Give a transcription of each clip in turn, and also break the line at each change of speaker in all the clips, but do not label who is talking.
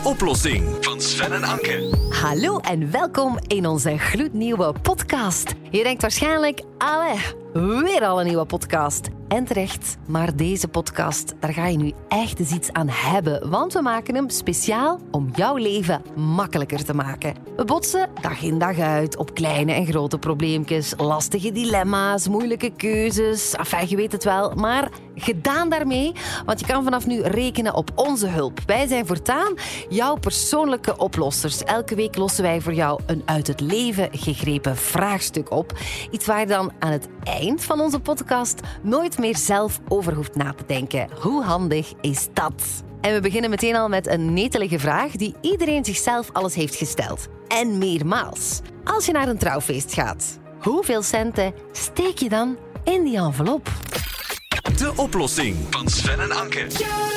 oplossing van Sven en Anke.
Hallo en welkom in onze gloednieuwe podcast. Je denkt waarschijnlijk, weer al een nieuwe podcast. En terecht, maar deze podcast, daar ga je nu echt eens iets aan hebben. Want we maken hem speciaal om jouw leven makkelijker te maken. We botsen dag in dag uit op kleine en grote probleempjes, lastige dilemma's, moeilijke keuzes. Enfin, je weet het wel, maar gedaan daarmee. Want je kan vanaf nu rekenen op onze hulp. Wij zijn voortaan jouw persoonlijke oplossers. Elke week lossen wij voor jou een uit het leven gegrepen vraagstuk op. Iets waar je dan aan het eind van onze podcast nooit meer zelf over hoeft na te denken. Hoe handig is dat? En we beginnen meteen al met een netelige vraag die iedereen zichzelf alles heeft gesteld. En meermaals. Als je naar een trouwfeest gaat, hoeveel centen steek je dan in die envelop?
De oplossing van Sven en Anke.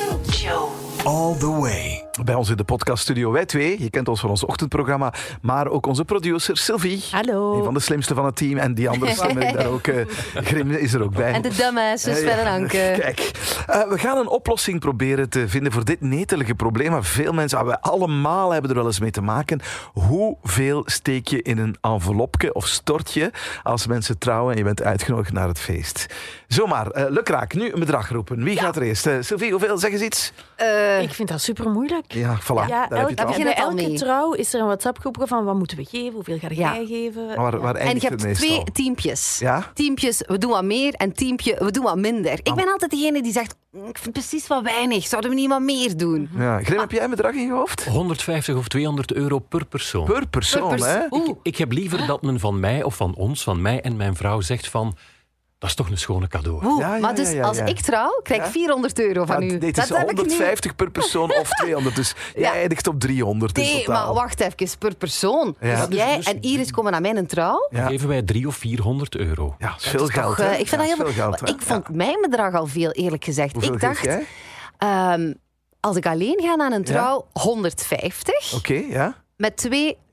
All the way.
Bij ons in de podcaststudio wij twee. Je kent ons van ons ochtendprogramma. Maar ook onze producer Sylvie.
Hallo.
Een van de slimste van het team. En die andere slimmer daar ook. Grim is er ook bij.
En de dumbasses, Sven en Anke.
Kijk, we gaan een oplossing proberen te vinden voor dit netelige probleem. Maar veel mensen, we allemaal hebben er wel eens mee te maken. Hoeveel steek je in een envelopje of stort je als mensen trouwen en je bent uitgenodigd naar het feest? Zomaar, lukraak, nu een bedrag roepen. Wie gaat er eerst? Sylvie, hoeveel? Zeg eens iets.
Ik vind dat super moeilijk.
Ja, voilà.
Ja,
daar heb je het al.
begin het al
elke
mee.
trouw is er een WhatsApp-groepje van wat moeten we geven, hoeveel ga jij geven.
Maar waar
En
eindigt
je
het
hebt
meestal?
2 teampjes.
Ja?
Teampjes, we doen wat meer. En teampje, we doen wat minder. Ik ben altijd degene die zegt, ik vind precies wat weinig. Zouden we niet wat meer doen?
Ja. Grim, heb jij een bedrag in je hoofd?
150 of 200 euro per persoon.
Per persoon, hè?
Ik heb liever dat men van mij of van ons, van mij en mijn vrouw zegt van... Dat is toch een schone cadeau.
Oeh,
Ja,
maar dus als ik trouw, krijg ik 400 euro van u.
Dit is
Dat heb ik
150 per persoon of 200. Dus jij eindigt op 300 in
Nee,
totaal.
maar wacht even, per persoon.
Ja.
Dus jij
Dus-
en Iris komen naar mijn trouw.
Ja.
Dan geven wij 300 of 400 euro.
Ja, dat is veel geld.
Toch,
hè?
ik vind
Ja,
dat heel
veel geld, hè?
Ik vond mijn bedrag al veel, eerlijk gezegd.
Hoeveel
ik
geef
dacht,
jij?
als ik alleen ga naar een trouw, 150.
Oké, ja.
Met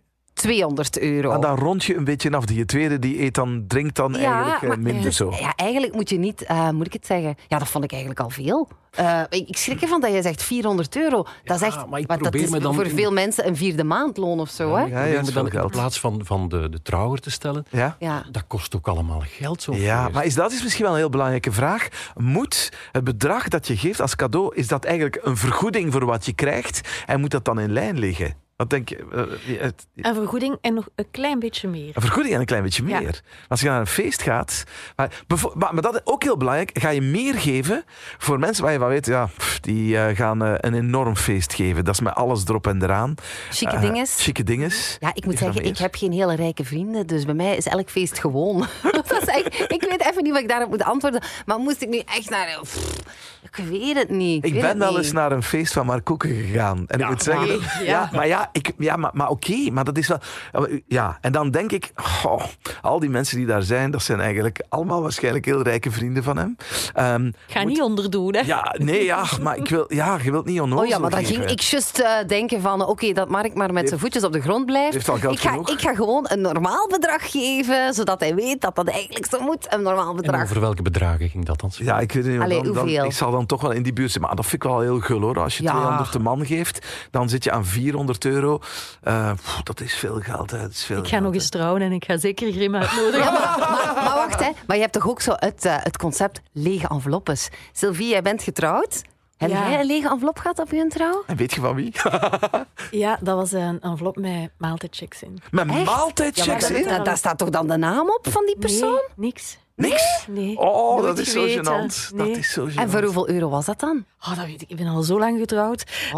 200 euro.
En dan rond je een beetje af. Die tweede die eet dan, drinkt dan eigenlijk
maar-
minder
dus,
zo.
Ja, eigenlijk moet je niet, moet ik het zeggen? Ja, dat vond ik eigenlijk al veel. Ik schrik ervan dat je zegt 400 euro. Dat is echt,
maar ik
dat
probeer
is
me dan
voor
in-
veel mensen een 4e maandloon of zo. Hè?
Ja,
Probeer
dat
me
is
dan
veel
in
geld.
plaats van de trouwer te stellen.
Ja?
Ja.
Dat kost ook allemaal geld. Zo
Ja, maar dat is misschien wel een heel belangrijke vraag. Moet het bedrag dat je geeft als cadeau, is dat eigenlijk een vergoeding voor wat je krijgt? En moet dat dan in lijn liggen? Wat denk je?
Een vergoeding en nog een klein beetje meer.
Een vergoeding en een klein beetje meer.
Ja.
Als je naar een feest gaat... Maar dat is ook heel belangrijk. Ga je meer geven voor mensen waar je van weet... Ja, die gaan een enorm feest geven. Dat is met alles erop en eraan.
Chique dinges.
Chique dinges.
Ja, ik moet
Die gaan
zeggen, ik
meer.
heb geen hele rijke vrienden, dus bij mij is elk feest gewoon. Dat is echt, ik weet even niet wat ik daarop moet antwoorden, maar moest ik nu echt naar... ik weet het niet.
Ik
weet
ben
het
wel
niet.
eens naar een feest van Mark Koeken gegaan. En ik moet zeggen...
nee, ja.
Maar oké, maar dat is wel... Ja, en dan denk ik... al die mensen die daar zijn, dat zijn eigenlijk allemaal waarschijnlijk heel rijke vrienden van hem.
Ga niet onderdoen, hè.
Ja, nee, ja, maar je wilt niet onnozel
Oh ja, maar dan
geven.
ging ik juist denken van... Oké, dat Mark maar met zijn voetjes op de grond blijft.
heeft al geld genoeg.
Ik ga gewoon een normaal bedrag geven, zodat hij weet dat dat eigenlijk zo moet. Een normaal
En
bedrag.
over welke bedragen ging dat dan?
Ja, ik weet niet.
Allee,
Dan,
hoeveel?
ik zal dan toch wel in die buurt zijn. Maar dat vind ik wel heel gul, hoor. Als je
Ja.
200 de man geeft, dan zit je aan 400 euro. Dat is veel geld, hè. Dat is veel
Ik ga
geld,
nog
hè.
eens trouwen en ik ga zeker Grim uitnodigen.
Ja, maar wacht, hè. Maar je hebt toch ook zo het concept lege enveloppes. Sylvie, jij bent getrouwd. Heb
Ja.
jij een lege envelop gehad op je trouw?
En weet je van wie?
Ja, dat was een envelop met maaltijdchecks in.
Met
Echt?
maaltijdchecks
Ja,
in?
maar daar staat toch dan de naam op van die persoon?
Nee, niks.
Niks?
Nee.
Oh, dat
Nooit
is zo
geweten.
gênant. Dat
Nee.
is zo gênant.
En voor hoeveel euro was dat dan?
Oh, dat weet ik. Ik ben al zo lang getrouwd.
Oh.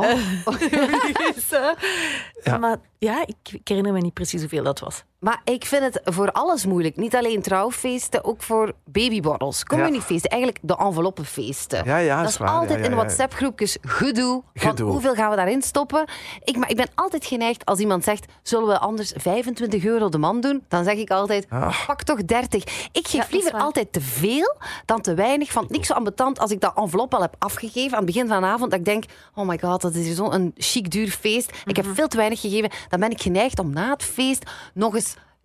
Dus,
Ja.
Maar ja, ik herinner me niet precies hoeveel dat was.
Maar ik vind het voor alles moeilijk. Niet alleen trouwfeesten, ook voor babyborrels, communiefeesten, eigenlijk de enveloppenfeesten.
Ja,
dat
is
is
waar.
altijd
Ja, ja,
in
ja.
WhatsApp-groepjes gedoe. Van
Gedoe.
hoeveel gaan we daarin stoppen? Maar ik ben altijd geneigd als iemand zegt, zullen we anders 25 euro de man doen? Dan zeg ik altijd, pak toch 30. Ik geef
dat is
liever
waar.
altijd te veel dan te weinig. Van niks zo ambetant als ik dat envelop al heb afgegeven aan het begin van de avond. Dat ik denk, oh my god, dat is hier zo'n chic duur feest. Ik heb veel te weinig gegeven. Dan ben ik geneigd om na het feest nog eens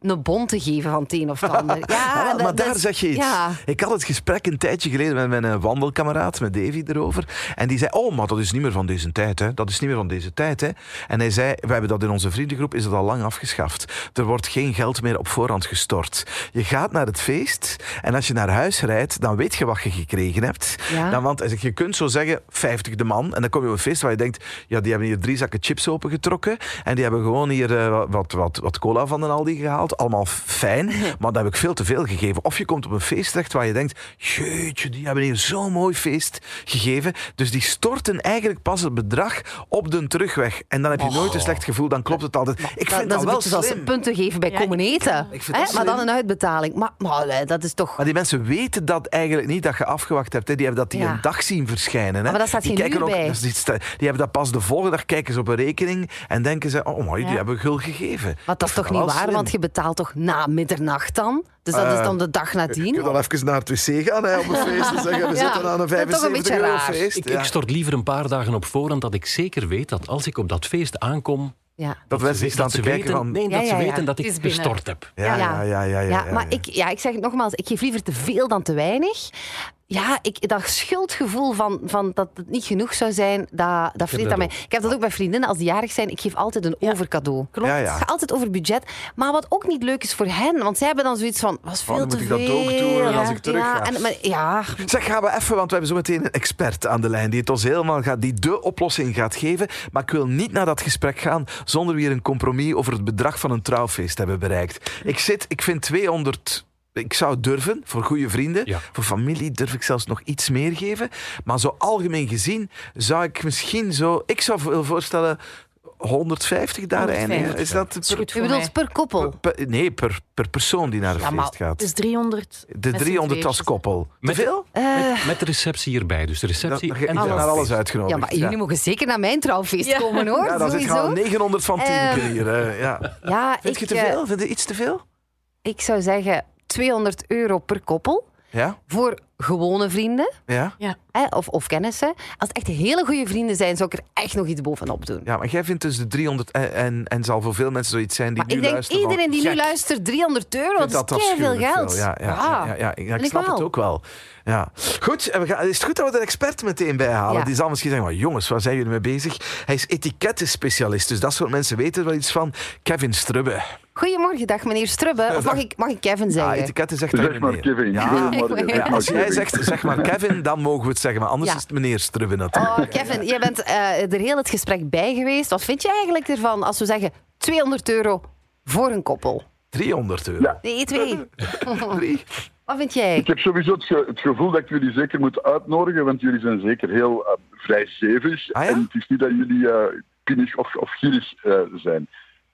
een bon te geven van het een of het ander. Ja,
maar daar zeg je iets.
Ja.
Ik had het gesprek een tijdje geleden met mijn wandelkameraad, met Davy, erover. En die zei, maar dat is niet meer van deze tijd. Hè. Dat is niet meer van deze tijd. Hè. En hij zei, we hebben dat in onze vriendengroep, is dat al lang afgeschaft. Er wordt geen geld meer op voorhand gestort. Je gaat naar het feest en als je naar huis rijdt, dan weet je wat je gekregen hebt.
Ja.
Dan, want je kunt zo zeggen, 50 de man. En dan kom je op een feest waar je denkt, ja, die hebben hier 3 zakken chips opengetrokken. En die hebben gewoon hier wat cola van de Aldi gehaald. Allemaal fijn, maar dat heb ik veel te veel gegeven. Of je komt op een feest terecht waar je denkt, jeetje, die hebben hier zo'n mooi feest gegeven. Dus die storten eigenlijk pas het bedrag op de terugweg. En dan heb je nooit een slecht gevoel, dan klopt het altijd. Ik vind dat
is
wel
een beetje zoals
slim.
punten geven bij komen eten.
Ik vind dat
Maar dan
slim.
een uitbetaling. Maar dat is toch...
Maar die mensen weten dat eigenlijk niet, dat je afgewacht hebt. Hè. Die hebben dat die
Ja.
een dag zien verschijnen. Hè.
Maar dat staat
die
geen
kijken
uur bij.
Die hebben dat pas de volgende dag, kijken ze op een rekening en denken ze, die hebben gul gegeven.
Maar dat is toch niet waar, want je betaalt toch na middernacht dan? Dus dat is dan de dag nadien?
Je kunt dan even naar het wc gaan op een feest en zeggen, we zitten aan een
dat is toch een
75
beetje
euro
raar.
feest.
Ik stort liever een paar dagen op voorhand dat ik zeker weet dat als ik op dat feest aankom...
Ja.
Dat mensen staan te kijken
weten,
van...
nee, dat ze weten dat
Het
ik
is binnen.
gestort heb.
Ja.
Maar ik zeg het nogmaals, ik geef liever te veel dan te weinig. Ja, dat schuldgevoel van dat het niet genoeg zou zijn, dat vreet aan mij. Ik heb dat ook bij vriendinnen als die jarig zijn. Ik geef altijd een overcadeau.
Klopt.
Ja.
Het gaat altijd over budget. Maar wat ook niet leuk is voor hen, want zij hebben dan zoiets van, was veel
dan
te
moet ik
veel.
dat ook doen als ik terug ga. Zeg, gaan we even, want we hebben zo meteen een expert aan de lijn die het ons helemaal die de oplossing gaat geven. Maar ik wil niet naar dat gesprek gaan zonder weer een compromis over het bedrag van een trouwfeest hebben bereikt. Ik vind 200... Ik zou durven, voor goede vrienden.
Ja.
Voor familie durf ik zelfs nog iets meer geven. Maar zo algemeen gezien zou ik misschien zo... Ik zou voorstellen 150 daar
150.
eindigen. Is dat
is goed
Je
voor mij.
bedoelt per koppel.
per persoon die naar een feest gaat.
Dus 300.
De
met z'n
300 als
tweetjes.
koppel. Te
Met-
veel?
Met de receptie hierbij. Dus de receptie
Dan
en
ben
de
je naar
trouwfeest.
alles uitgenodigd.
Ja, maar jullie mogen zeker naar mijn trouwfeest
Ja.
komen, hoor.
Ja, dan zit je
Sowieso.
al 900 van 10 keer hier. Ja.
Ja,
Vind je te veel? Vind je iets te veel?
ik zou zeggen 200 euro per koppel
Ja?
voor gewone vrienden.
Ja?
Ja.
Of kennissen. Als het echt hele goede vrienden zijn, zou ik er echt nog iets bovenop doen.
Ja, maar jij vindt dus de 300 en zal voor veel mensen zoiets zijn die
Maar
nu
ik denk,
luisteren van,
iedereen die nu
gek,
luistert, 300 euro,
vindt
dat is veel
afschuwelijk
geld.
veel. Ja, ik
Vind ik
snap het
wel.
ook wel. Ja. Goed, is het goed dat we de expert meteen bijhalen?
Ja.
Die zal misschien zeggen, maar jongens, waar zijn jullie mee bezig? Hij is etiketten-specialist, dus dat soort mensen weten er wel iets van. Kevin Strubbe.
Goedemorgen, dag meneer Strubbe. Of mag ik Kevin zeggen?
Etiketten zegt
Zeg
hij
maar
meneer.
Kevin.
Ja.
Goedemorgen.
Ja,
Als jij
Kevin.
zegt, zeg maar Kevin, dan mogen we het zeggen. Maar anders
Ja.
is het meneer Strubbe natuurlijk.
Oh, Kevin, jij bent er heel het gesprek bij geweest. Wat vind je eigenlijk ervan als we zeggen 200 euro voor een koppel?
300 euro.
Ja.
Nee, 2.
3.
Wat vind jij?
Ik heb sowieso het gevoel dat ik jullie zeker moet uitnodigen, want jullie zijn zeker heel vrijgevig.
Ah, ja?
En het is niet dat jullie pinnig of gierig zijn.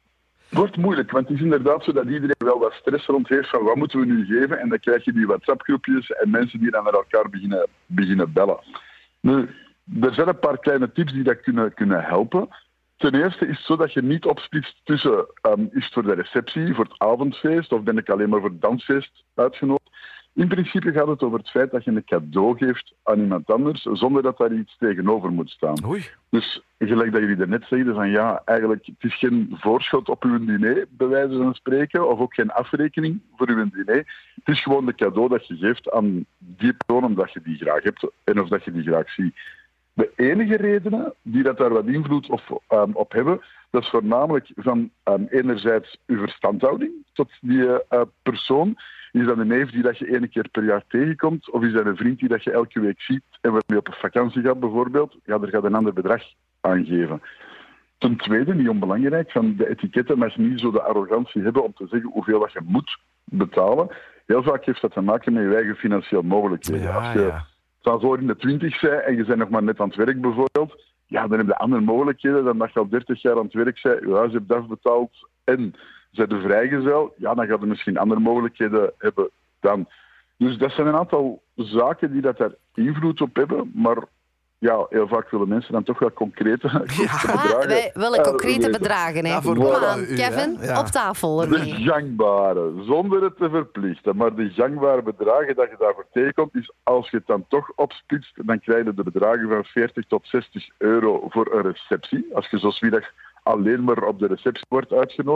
Het wordt moeilijk, want het is inderdaad zo dat iedereen wel wat stress rond heeft van wat moeten we nu geven. En dan krijg je die WhatsApp-groepjes en mensen die dan naar elkaar beginnen bellen. Nu, er zijn een paar kleine tips die dat kunnen helpen. Ten eerste is het zo dat je niet opsplitst tussen is het voor de receptie, voor het avondfeest of ben ik alleen maar voor het dansfeest uitgenodigd. In principe gaat het over het feit dat je een cadeau geeft aan iemand anders zonder dat daar iets tegenover moet staan.
Oei.
Dus gelijk dat jullie daarnet zeiden van ja, eigenlijk het is geen voorschot op uw diner, bij wijze van spreken, of ook geen afrekening voor uw diner. Het is gewoon de cadeau dat je geeft aan die persoon omdat je die graag hebt en of dat je die graag ziet. De enige redenen die dat daar wat invloed op hebben, dat is voornamelijk van enerzijds uw verstandhouding tot die persoon. Is dat een neef die dat je 1 keer per jaar tegenkomt? Of is dat een vriend die dat je elke week ziet en waarmee op een vakantie gaat bijvoorbeeld? Ja, daar gaat een ander bedrag aan geven. Ten tweede, niet onbelangrijk, van de etiketten mag je niet zo de arrogantie hebben om te zeggen hoeveel dat je moet betalen. Heel vaak heeft dat te maken met je eigen financieel mogelijkheden.
Ja,
Als je
ja.
dan voor in de 20 bent en je bent nog maar net aan het werk bijvoorbeeld, ja, dan heb je andere mogelijkheden dan dat je al 30 jaar aan het werk bent, je huis hebt afbetaald en zijn de vrijgezel, ja, dan gaat er misschien andere mogelijkheden hebben dan. Dus dat zijn een aantal zaken die dat daar invloed op hebben, maar ja, heel vaak willen mensen dan toch wel concrete bedragen.
Wij willen concrete
weten.
bedragen. Hè.
Ja, voor
Kom
voilà,
aan,
u,
Kevin,
hè? Ja.
op tafel
De
ermee.
gangbare, zonder het te verplichten. Maar de gangbare bedragen dat je daarvoor tegenkomt, is als je het dan toch opsplitst, dan krijg je de bedragen van 40 tot 60 euro voor een receptie. Als je zo 's middags alleen maar op de receptie wordt uitgenodigd.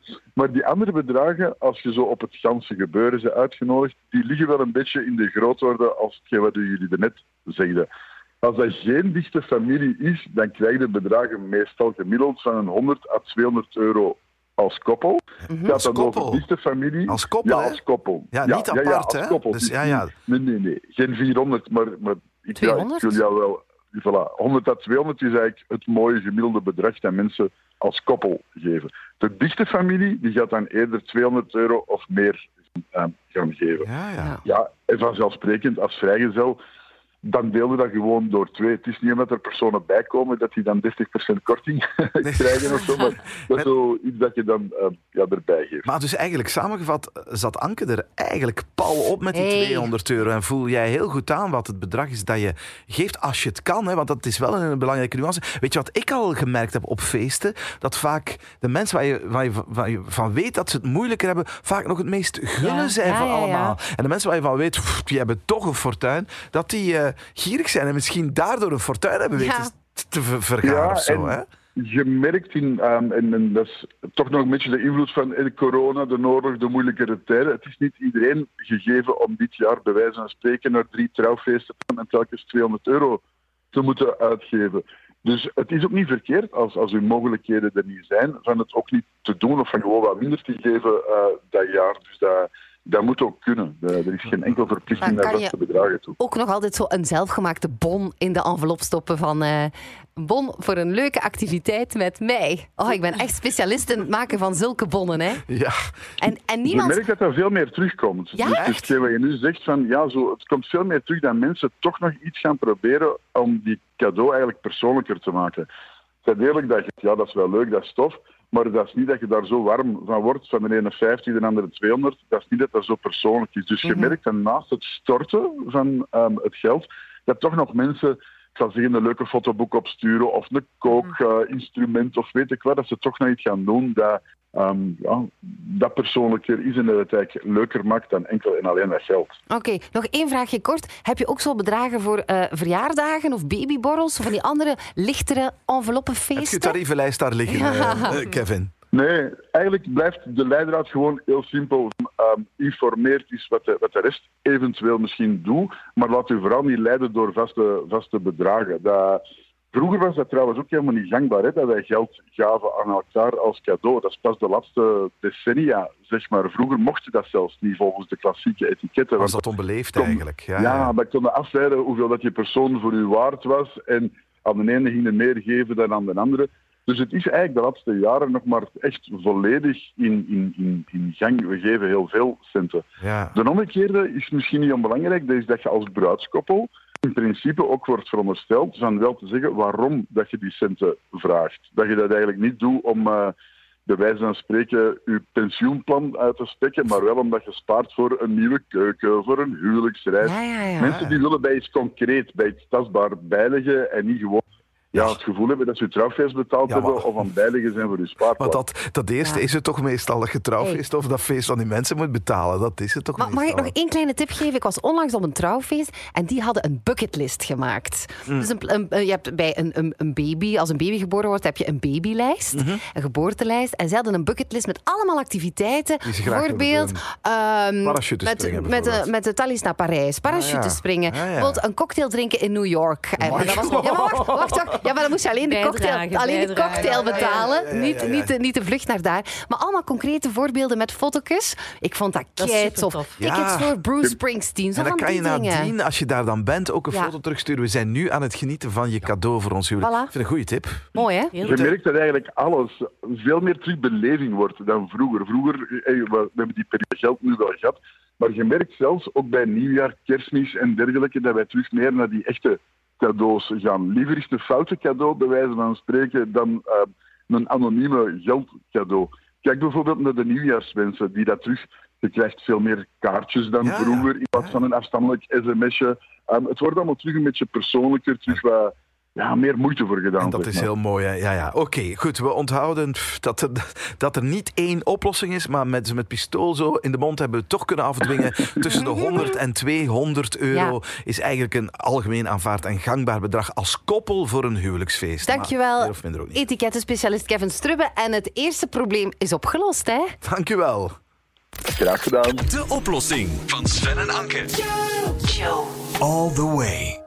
Maar die andere bedragen, als je zo op het ganse gebeuren bent uitgenodigd, die liggen wel een beetje in de grootorde als hetgeen wat jullie daarnet zegden. Als dat geen dichte familie is, dan krijg je bedragen meestal gemiddeld van 100 à 200 euro als koppel. Gaat dat over dichte familie?
Als koppel,
ja, als koppel.
Ja, niet apart,
als
hè?
koppel.
Dus,
Nee. Geen 400, maar ik
200?
wil jou wel... Voilà, 100 à 200 is eigenlijk het mooie gemiddelde bedrag dat mensen als koppel geven. De dichte familie die gaat dan eerder 200 euro of meer gaan geven. Ja, en vanzelfsprekend als vrijgezel, dan deel je dat gewoon door 2. Het is niet omdat er personen bij komen dat die dan 30% korting krijgen of zo, maar dat is zoiets dat je dan erbij geeft.
Maar dus eigenlijk samengevat zat Anke er eigenlijk pal op met die 200 euro. En voel jij heel goed aan wat het bedrag is dat je geeft als je het kan, hè? Want dat is wel een belangrijke nuance. Weet je wat ik al gemerkt heb op feesten? Dat vaak de mensen waar je van weet dat ze het moeilijker hebben, vaak nog het meest gulle zijn van allemaal. En de mensen waar je van weet, die hebben toch een fortuin, dat die gierig zijn en misschien daardoor een fortuin hebben weten te vergaren of zo, hè?
Je merkt en dat is toch nog een beetje de invloed van de corona, de oorlog, de moeilijkere tijden. Het is niet iedereen gegeven om dit jaar bij wijze van spreken naar 3 trouwfeesten en telkens 200 euro te moeten uitgeven. Dus het is ook niet verkeerd als uw mogelijkheden er niet zijn, van het ook niet te doen of van gewoon wat minder te geven dat jaar. Dus dat moet ook kunnen. Er is geen enkel verplichting naar vaste bedragen toe.
Ook nog altijd zo een zelfgemaakte bon in de envelop stoppen van een bon voor een leuke activiteit met mij. Oh, ik ben echt specialist in het maken van zulke bonnen, hè?
Ja.
En niemand...
Je merkt dat er veel meer terugkomt.
Ja,
dus wat je nu zegt, van, het komt veel meer terug dat mensen toch nog iets gaan proberen om die cadeau eigenlijk persoonlijker te maken. Ten eerlijk dat je, dat is wel leuk, dat is tof. Maar dat is niet dat je daar zo warm van wordt, van de ene 50, de andere 200. Dat is niet dat dat zo persoonlijk is. Dus je merkt dat naast het storten van het geld, dat toch nog mensen, ik zal zeggen, een leuke fotoboek opsturen of een kookinstrument of weet ik wat, dat ze toch nog iets gaan doen dat persoonlijker is en dat het eigenlijk leuker maakt dan enkel en alleen dat geld.
Oké, nog één vraagje kort. Heb je ook zo bedragen voor verjaardagen of babyborrels of van die andere lichtere enveloppenfeesten?
Heb je tarievenlijst daar liggen, Kevin?
Nee, eigenlijk blijft de leidraad gewoon heel simpel. Informeert is wat de rest eventueel misschien doet, maar laat u vooral niet leiden door vaste bedragen. Vroeger was dat trouwens ook helemaal niet gangbaar, hè, dat wij geld gaven aan elkaar als cadeau. Dat is pas de laatste decennia, zeg maar. Vroeger mocht je dat zelfs niet volgens de klassieke etiketten.
Was dat onbeleefd eigenlijk?
Ja, maar ik kon afleiden hoeveel dat je persoon voor u waard was. En aan de ene ging je meer geven dan aan de andere. Dus het is eigenlijk de laatste jaren nog maar echt volledig in gang. We geven heel veel centen.
Ja.
De omgekeerde is misschien niet onbelangrijk. Dat is dat je als bruidskoppel in principe ook wordt verondersteld van wel te zeggen waarom dat je die centen vraagt. Dat je dat eigenlijk niet doet om bij wijze van spreken je pensioenplan uit te stekken, maar wel omdat je spaart voor een nieuwe keuken, voor een huwelijksreis. Mensen die willen bij iets concreet, bij iets tastbaar bijleggen en niet gewoon het gevoel hebben dat ze je trouwfeest betaald hebben of aan bijleggen zijn voor je spaarplan.
Maar dat eerste is het toch meestal dat je trouwfeest of dat feest van die mensen moet betalen. Dat is het toch meestal.
Mag ik nog één kleine tip geven? Ik was onlangs op een trouwfeest en die hadden een bucketlist gemaakt. Dus je hebt bij een baby, als een baby geboren wordt, heb je een babylijst, een geboortelijst. En zij hadden een bucketlist met allemaal activiteiten. Bijvoorbeeld met de Thalys naar Parijs, parachute springen, bijvoorbeeld een cocktail drinken in New York. En dat was, wacht. Ja, maar dan moest je alleen de cocktail betalen. Niet de vlucht naar daar. Maar allemaal concrete voorbeelden met foto's. Ik vond dat keitof. Tickets voor Bruce Springsteen.
En dan kan je nadien, als je daar dan bent, ook een foto terugsturen. We zijn nu aan het genieten van je cadeau voor ons huwelijk.
Voilà.
Ik vind een goede tip.
Mooi, hè?
Je merkt dat eigenlijk alles veel meer terug beleving wordt dan vroeger. Vroeger, we hebben die periode geld nu wel gehad. Maar je merkt zelfs, ook bij nieuwjaar, kerstmis en dergelijke, dat wij terug meer naar die echte cadeaus gaan. Liever is een foute cadeau, bij wijze van spreken, dan een anonieme geldcadeau. Kijk bijvoorbeeld naar de nieuwjaarswensen, die dat terug... Je krijgt veel meer kaartjes dan vroeger, in plaats van een afstandelijk sms'je. Het wordt allemaal terug een beetje persoonlijker, terug meer moeite voor gedaan.
En dat is heel mooi, hè? Ja. Oké, goed. We onthouden dat er niet één oplossing is, maar met pistool zo in de mond hebben we het toch kunnen afdwingen. Tussen de 100 en 200 euro is eigenlijk een algemeen aanvaard en gangbaar bedrag als koppel voor een huwelijksfeest.
Dankjewel, etikettenspecialist Kevin Strubbe. En het eerste probleem is opgelost, hè?
Dankjewel.
Graag gedaan.
De oplossing van Sven en Anke. All the way.